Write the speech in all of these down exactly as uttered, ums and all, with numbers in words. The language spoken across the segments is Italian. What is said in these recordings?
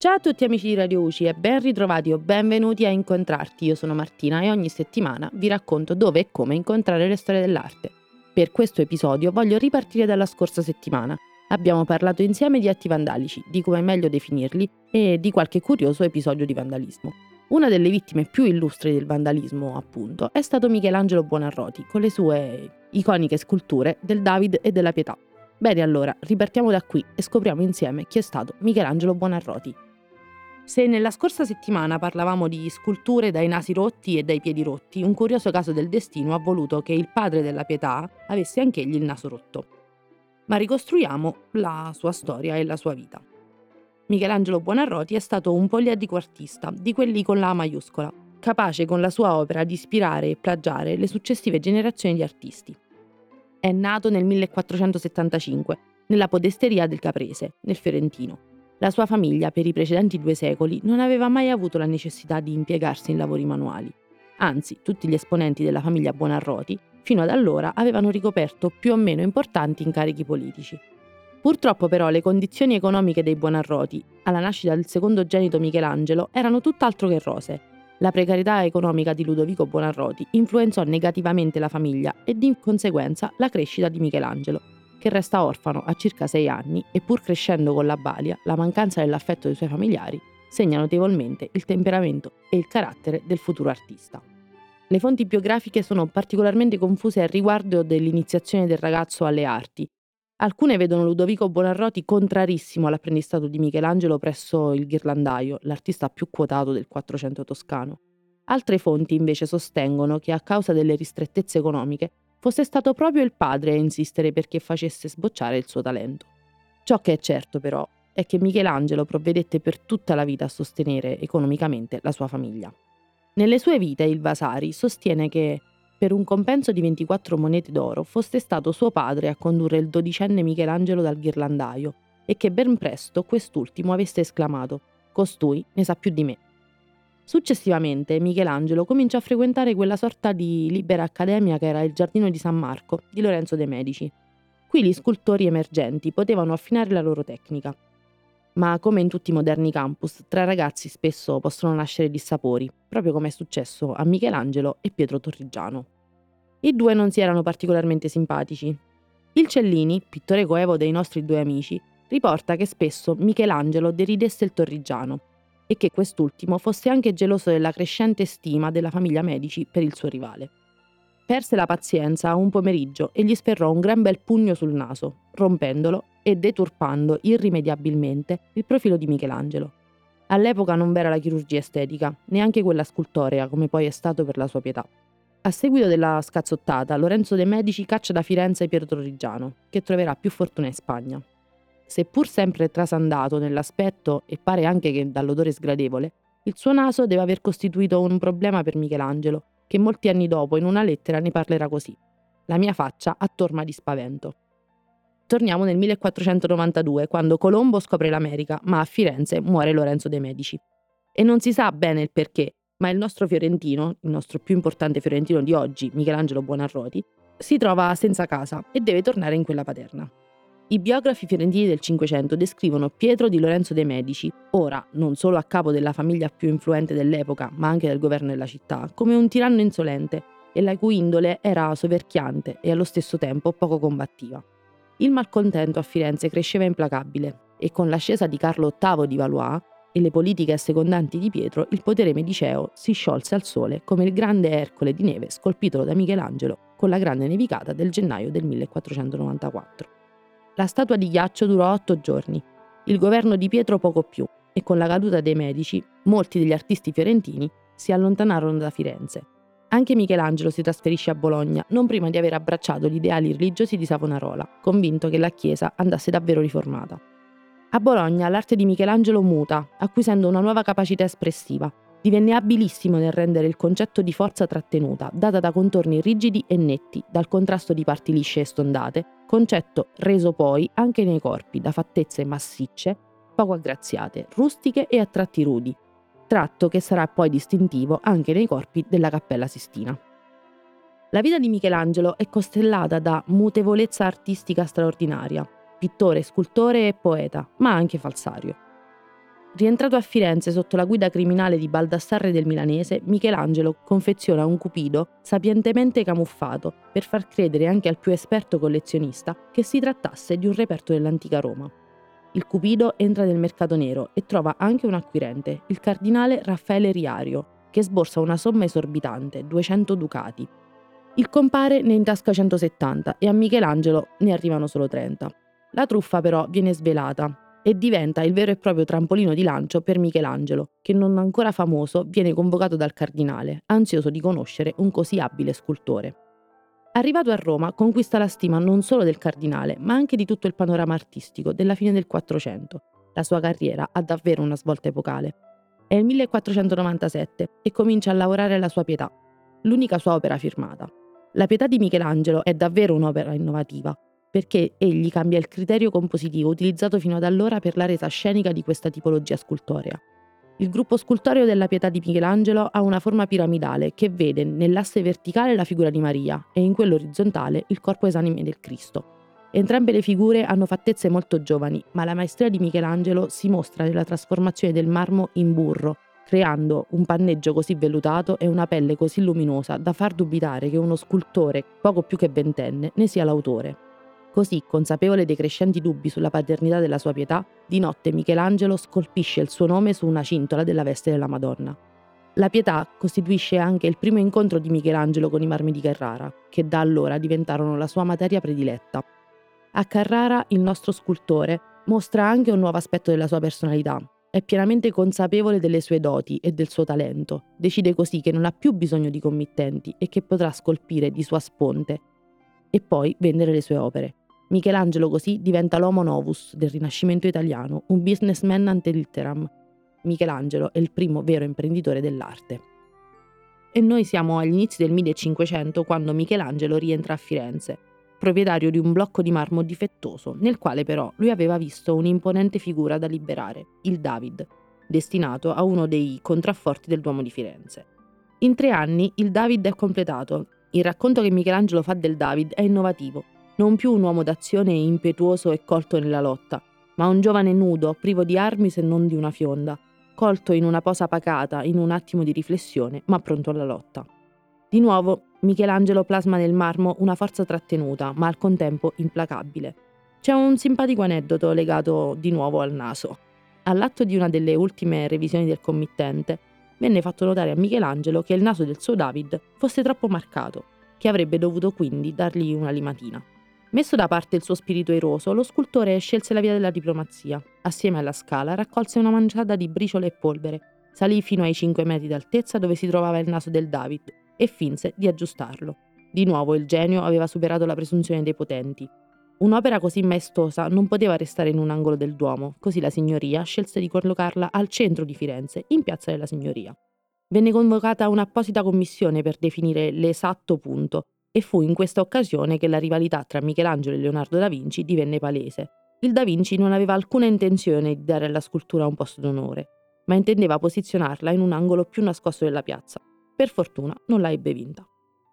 Ciao a tutti amici di Radio U C I e ben ritrovati o benvenuti a Incontrarti. Io sono Martina e ogni settimana vi racconto dove e come incontrare le storie dell'arte. Per questo episodio voglio ripartire dalla scorsa settimana. Abbiamo parlato insieme di atti vandalici, di come è meglio definirli e di qualche curioso episodio di vandalismo. Una delle vittime più illustri del vandalismo, appunto, è stato Michelangelo Buonarroti con le sue iconiche sculture del David e della Pietà. Bene, allora, ripartiamo da qui e scopriamo insieme chi è stato Michelangelo Buonarroti. Se nella scorsa settimana parlavamo di sculture dai nasi rotti e dai piedi rotti, un curioso caso del destino ha voluto che il padre della Pietà avesse anch'egli il naso rotto. Ma ricostruiamo la sua storia e la sua vita. Michelangelo Buonarroti è stato un poliedrico artista, di quelli con la A maiuscola, capace con la sua opera di ispirare e plagiare le successive generazioni di artisti. È nato nel millequattrocentosettantacinque, nella podesteria del Caprese, nel Fiorentino. La sua famiglia, per i precedenti due secoli, non aveva mai avuto la necessità di impiegarsi in lavori manuali. Anzi, tutti gli esponenti della famiglia Buonarroti, fino ad allora, avevano ricoperto più o meno importanti incarichi politici. Purtroppo però le condizioni economiche dei Buonarroti, alla nascita del secondogenito Michelangelo, erano tutt'altro che rosee. La precarietà economica di Ludovico Buonarroti influenzò negativamente la famiglia e di conseguenza la crescita di Michelangelo, che resta orfano a circa sei anni e pur crescendo con la balia, la mancanza dell'affetto dei suoi familiari segna notevolmente il temperamento e il carattere del futuro artista. Le fonti biografiche sono particolarmente confuse al riguardo dell'iniziazione del ragazzo alle arti. Alcune vedono Ludovico Buonarroti contrarissimo all'apprendistato di Michelangelo presso il ghirlandaio, l'artista più quotato del Quattrocento toscano. Altre fonti invece sostengono che a causa delle ristrettezze economiche fosse stato proprio il padre a insistere perché facesse sbocciare il suo talento. Ciò che è certo però è che Michelangelo provvedette per tutta la vita a sostenere economicamente la sua famiglia. Nelle sue vite il Vasari sostiene che per un compenso di ventiquattro monete d'oro fosse stato suo padre a condurre il dodicenne Michelangelo dal ghirlandaio e che ben presto quest'ultimo avesse esclamato «Costui ne sa più di me». Successivamente Michelangelo comincia a frequentare quella sorta di libera accademia che era il Giardino di San Marco di Lorenzo de' Medici. Qui gli scultori emergenti potevano affinare la loro tecnica. Ma come in tutti i moderni campus, tra ragazzi spesso possono nascere dissapori, proprio come è successo a Michelangelo e Pietro Torrigiano. I due non si erano particolarmente simpatici. Il Cellini, pittore coevo dei nostri due amici, riporta che spesso Michelangelo deridesse il Torrigiano e che quest'ultimo fosse anche geloso della crescente stima della famiglia Medici per il suo rivale. Perse la pazienza un pomeriggio e gli sferrò un gran bel pugno sul naso, rompendolo e deturpando irrimediabilmente il profilo di Michelangelo. All'epoca non v'era la chirurgia estetica, neanche quella scultorea come poi è stato per la sua Pietà. A seguito della scazzottata, Lorenzo de' Medici caccia da Firenze Pietro Torrigiano, che troverà più fortuna in Spagna. Seppur sempre trasandato nell'aspetto e pare anche che dall'odore sgradevole, il suo naso deve aver costituito un problema per Michelangelo, che molti anni dopo in una lettera ne parlerà così: «La mia faccia ha torma di spavento». Torniamo nel millequattrocentonovantadue, quando Colombo scopre l'America, ma a Firenze muore Lorenzo de' Medici. E non si sa bene il perché, ma il nostro fiorentino, il nostro più importante fiorentino di oggi, Michelangelo Buonarroti, si trova senza casa e deve tornare in quella paterna. I biografi fiorentini del Cinquecento descrivono Pietro di Lorenzo de' Medici, ora non solo a capo della famiglia più influente dell'epoca, ma anche del governo della città, come un tiranno insolente e la cui indole era soverchiante e allo stesso tempo poco combattiva. Il malcontento a Firenze cresceva implacabile e con l'ascesa di Carlo ottavo di Valois e le politiche assecondanti di Pietro, il potere mediceo si sciolse al sole come il grande Ercole di neve scolpito da Michelangelo con la grande nevicata del gennaio del millequattrocentonovantaquattro. La statua di ghiaccio durò otto giorni, il governo di Pietro poco più, e con la caduta dei Medici, molti degli artisti fiorentini si allontanarono da Firenze. Anche Michelangelo si trasferisce a Bologna, non prima di aver abbracciato gli ideali religiosi di Savonarola, convinto che la Chiesa andasse davvero riformata. A Bologna l'arte di Michelangelo muta, acquisendo una nuova capacità espressiva. Divenne abilissimo nel rendere il concetto di forza trattenuta, data da contorni rigidi e netti, dal contrasto di parti lisce e stondate, concetto reso poi anche nei corpi da fattezze massicce, poco aggraziate, rustiche e a tratti rudi, tratto che sarà poi distintivo anche nei corpi della Cappella Sistina. La vita di Michelangelo è costellata da mutevolezza artistica straordinaria, pittore, scultore e poeta, ma anche falsario. Rientrato a Firenze sotto la guida criminale di Baldassarre del Milanese, Michelangelo confeziona un cupido sapientemente camuffato per far credere anche al più esperto collezionista che si trattasse di un reperto dell'antica Roma. Il cupido entra nel mercato nero e trova anche un acquirente, il cardinale Raffaele Riario, che sborsa una somma esorbitante, duecento ducati. Il compare ne intasca centosettanta e a Michelangelo ne arrivano solo trenta. La truffa però viene svelata e diventa il vero e proprio trampolino di lancio per Michelangelo, che non ancora famoso viene convocato dal cardinale, ansioso di conoscere un così abile scultore. Arrivato a Roma, conquista la stima non solo del cardinale, ma anche di tutto il panorama artistico della fine del Quattrocento. La sua carriera ha davvero una svolta epocale. È il millequattrocentonovantasette e comincia a lavorare alla sua Pietà, l'unica sua opera firmata. La Pietà di Michelangelo è davvero un'opera innovativa, perché egli cambia il criterio compositivo utilizzato fino ad allora per la resa scenica di questa tipologia scultorea. Il gruppo scultoreo della Pietà di Michelangelo ha una forma piramidale che vede nell'asse verticale la figura di Maria e in quello orizzontale il corpo esanime del Cristo. Entrambe le figure hanno fattezze molto giovani, ma la maestria di Michelangelo si mostra nella trasformazione del marmo in burro, creando un panneggio così vellutato e una pelle così luminosa da far dubitare che uno scultore, poco più che ventenne, ne sia l'autore. Così, consapevole dei crescenti dubbi sulla paternità della sua Pietà, di notte Michelangelo scolpisce il suo nome su una cintola della veste della Madonna. La Pietà costituisce anche il primo incontro di Michelangelo con i marmi di Carrara, che da allora diventarono la sua materia prediletta. A Carrara il nostro scultore mostra anche un nuovo aspetto della sua personalità. È pienamente consapevole delle sue doti e del suo talento. Decide così che non ha più bisogno di committenti e che potrà scolpire di sua sponte e poi vendere le sue opere. Michelangelo così diventa l'homo novus del Rinascimento italiano, un businessman ante litteram. Michelangelo è il primo vero imprenditore dell'arte. E noi siamo agli inizi del millecinquecento quando Michelangelo rientra a Firenze, proprietario di un blocco di marmo difettoso, nel quale però lui aveva visto un'imponente figura da liberare, il David, destinato a uno dei contrafforti del Duomo di Firenze. In tre anni il David è completato. Il racconto che Michelangelo fa del David è innovativo. Non più un uomo d'azione impetuoso e colto nella lotta, ma un giovane nudo, privo di armi se non di una fionda, colto in una posa pacata, in un attimo di riflessione, ma pronto alla lotta. Di nuovo, Michelangelo plasma nel marmo una forza trattenuta, ma al contempo implacabile. C'è un simpatico aneddoto legato di nuovo al naso. All'atto di una delle ultime revisioni del committente, venne fatto notare a Michelangelo che il naso del suo David fosse troppo marcato, che avrebbe dovuto quindi dargli una limatina. Messo da parte il suo spirito eroso, lo scultore scelse la via della diplomazia. Assieme alla Scala raccolse una manciata di briciole e polvere, salì fino ai cinque metri d'altezza dove si trovava il naso del David e finse di aggiustarlo. Di nuovo il genio aveva superato la presunzione dei potenti. Un'opera così maestosa non poteva restare in un angolo del Duomo, così la signoria scelse di collocarla al centro di Firenze, in Piazza della Signoria. Venne convocata un'apposita commissione per definire l'esatto punto, e fu in questa occasione che la rivalità tra Michelangelo e Leonardo da Vinci divenne palese. Il da Vinci non aveva alcuna intenzione di dare alla scultura un posto d'onore, ma intendeva posizionarla in un angolo più nascosto della piazza. Per fortuna non la ebbe vinta.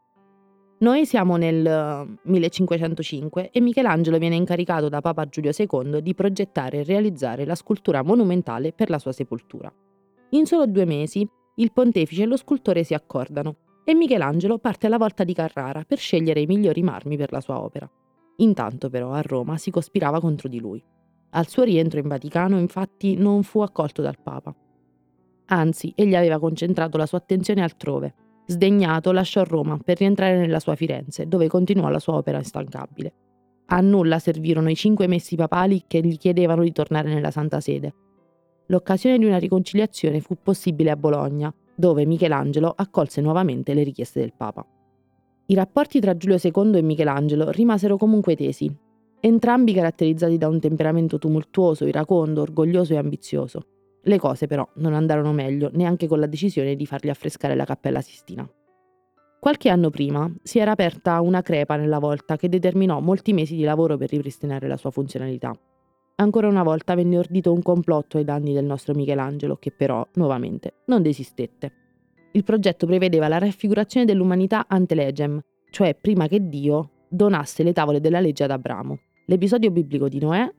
Noi siamo nel millecinquecentocinque e Michelangelo viene incaricato da Papa Giulio secondo di progettare e realizzare la scultura monumentale per la sua sepoltura. In solo due mesi il pontefice e lo scultore si accordano e Michelangelo parte alla volta di Carrara per scegliere i migliori marmi per la sua opera. Intanto però a Roma si cospirava contro di lui. Al suo rientro in Vaticano infatti non fu accolto dal Papa. Anzi, egli aveva concentrato la sua attenzione altrove. Sdegnato lasciò Roma per rientrare nella sua Firenze, dove continuò la sua opera instancabile. A nulla servirono i cinque messi papali che gli chiedevano di tornare nella Santa Sede. L'occasione di una riconciliazione fu possibile a Bologna, dove Michelangelo accolse nuovamente le richieste del Papa. I rapporti tra Giulio secondo e Michelangelo rimasero comunque tesi, entrambi caratterizzati da un temperamento tumultuoso, iracondo, orgoglioso e ambizioso. Le cose però non andarono meglio neanche con la decisione di fargli affrescare la Cappella Sistina. Qualche anno prima si era aperta una crepa nella volta che determinò molti mesi di lavoro per ripristinare la sua funzionalità. Ancora una volta venne ordito un complotto ai danni del nostro Michelangelo che però, nuovamente, non desistette. Il progetto prevedeva la raffigurazione dell'umanità ante legem, cioè prima che Dio donasse le tavole della legge ad Abramo. L'episodio biblico di Noè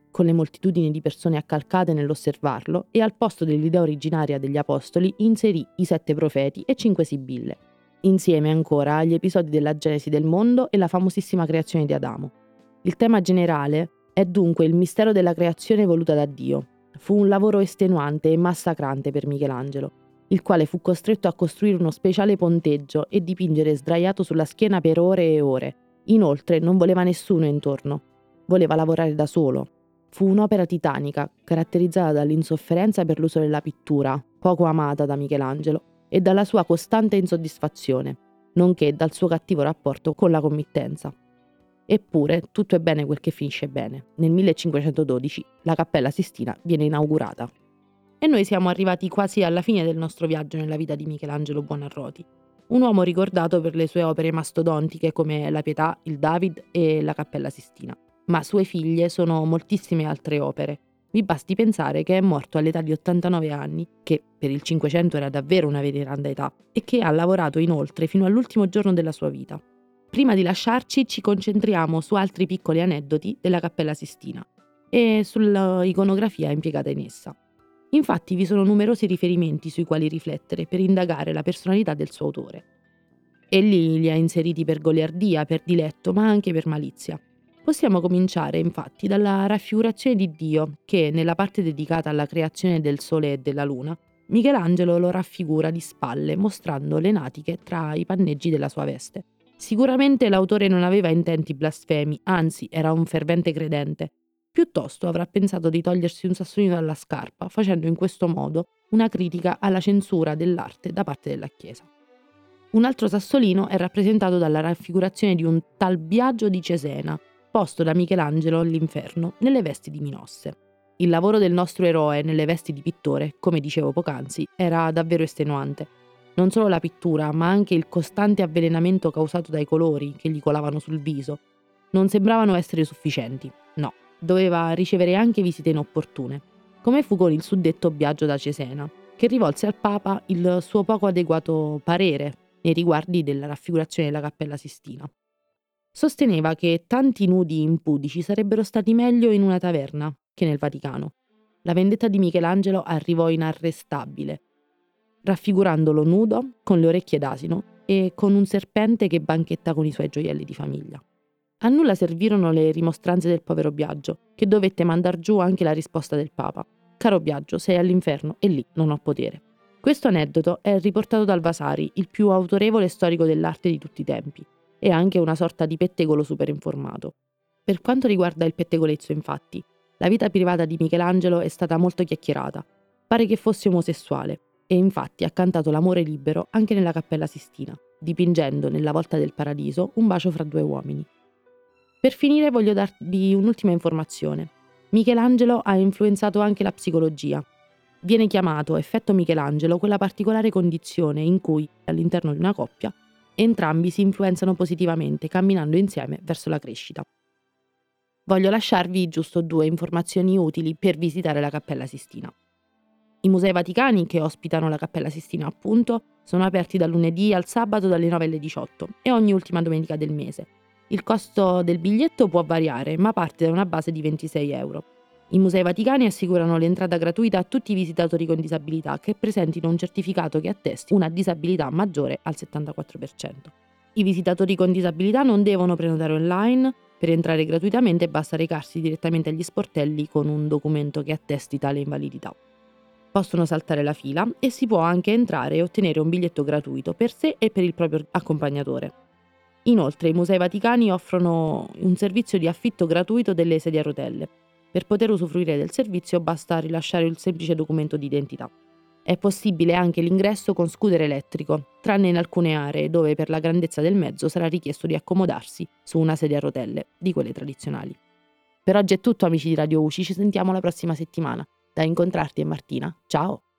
con le moltitudini di persone accalcate nell'osservarlo, e al posto dell'idea originaria degli apostoli inserì i sette profeti e cinque sibille, insieme ancora agli episodi della genesi del mondo e la famosissima creazione di Adamo. Il tema generale è dunque il mistero della creazione voluta da Dio. Fu un lavoro estenuante e massacrante per Michelangelo, il quale fu costretto a costruire uno speciale ponteggio e dipingere sdraiato sulla schiena per ore e ore. Inoltre non voleva nessuno intorno, voleva lavorare da solo. Fu un'opera titanica, caratterizzata dall'insofferenza per l'uso della pittura, poco amata da Michelangelo, e dalla sua costante insoddisfazione, nonché dal suo cattivo rapporto con la committenza. Eppure, tutto è bene quel che finisce bene. Nel millecinquecentododici la Cappella Sistina viene inaugurata. E noi siamo arrivati quasi alla fine del nostro viaggio nella vita di Michelangelo Buonarroti, un uomo ricordato per le sue opere mastodontiche come La Pietà, il David e la Cappella Sistina. Ma sue figlie sono moltissime altre opere. Vi basti pensare che è morto all'età di ottantanove anni, che per il Cinquecento era davvero una veneranda età, e che ha lavorato inoltre fino all'ultimo giorno della sua vita. Prima di lasciarci ci concentriamo su altri piccoli aneddoti della Cappella Sistina e sull'iconografia impiegata in essa. Infatti vi sono numerosi riferimenti sui quali riflettere per indagare la personalità del suo autore. Egli li ha inseriti per goliardia, per diletto, ma anche per malizia. Possiamo cominciare infatti dalla raffigurazione di Dio che, nella parte dedicata alla creazione del Sole e della Luna, Michelangelo lo raffigura di spalle, mostrando le natiche tra i panneggi della sua veste. Sicuramente l'autore non aveva intenti blasfemi, anzi era un fervente credente. Piuttosto avrà pensato di togliersi un sassolino dalla scarpa, facendo in questo modo una critica alla censura dell'arte da parte della Chiesa. Un altro sassolino è rappresentato dalla raffigurazione di un tal Biagio di Cesena, posto da Michelangelo all'inferno nelle vesti di Minosse. Il lavoro del nostro eroe nelle vesti di pittore, come dicevo poc'anzi, era davvero estenuante. Non solo la pittura, ma anche il costante avvelenamento causato dai colori che gli colavano sul viso non sembravano essere sufficienti. No, doveva ricevere anche visite inopportune, come fu con il suddetto Biagio da Cesena, che rivolse al Papa il suo poco adeguato parere nei riguardi della raffigurazione della Cappella Sistina. Sosteneva che tanti nudi impudici sarebbero stati meglio in una taverna che nel Vaticano. La vendetta di Michelangelo arrivò inarrestabile, raffigurandolo nudo, con le orecchie d'asino e con un serpente che banchetta con i suoi gioielli di famiglia. A nulla servirono le rimostranze del povero Biagio, che dovette mandar giù anche la risposta del Papa. «Caro Biagio, sei all'inferno e lì non ho potere». Questo aneddoto è riportato dal Vasari, il più autorevole storico dell'arte di tutti i tempi, e anche una sorta di pettegolo super informato. Per quanto riguarda il pettegolezzo, infatti, la vita privata di Michelangelo è stata molto chiacchierata. Pare che fosse omosessuale, e infatti ha cantato l'amore libero anche nella Cappella Sistina, dipingendo nella Volta del Paradiso un bacio fra due uomini. Per finire voglio darvi un'ultima informazione. Michelangelo ha influenzato anche la psicologia. Viene chiamato effetto Michelangelo quella particolare condizione in cui, all'interno di una coppia, entrambi si influenzano positivamente, camminando insieme verso la crescita. Voglio lasciarvi giusto due informazioni utili per visitare la Cappella Sistina. I Musei Vaticani, che ospitano la Cappella Sistina appunto, sono aperti dal lunedì al sabato dalle nove alle diciotto e ogni ultima domenica del mese. Il costo del biglietto può variare, ma parte da una base di ventisei euro. I Musei Vaticani assicurano l'entrata gratuita a tutti i visitatori con disabilità che presentino un certificato che attesti una disabilità maggiore al settantaquattro per cento. I visitatori con disabilità non devono prenotare online. Per entrare gratuitamente basta recarsi direttamente agli sportelli con un documento che attesti tale invalidità. Possono saltare la fila e si può anche entrare e ottenere un biglietto gratuito per sé e per il proprio accompagnatore. Inoltre i Musei Vaticani offrono un servizio di affitto gratuito delle sedie a rotelle. Per poter usufruire del servizio basta rilasciare il semplice documento di identità. È possibile anche l'ingresso con scooter elettrico, tranne in alcune aree dove per la grandezza del mezzo sarà richiesto di accomodarsi su una sedia a rotelle, di quelle tradizionali. Per oggi è tutto, amici di Radio U C I, ci sentiamo la prossima settimana. Da Incontrarti è Martina, ciao!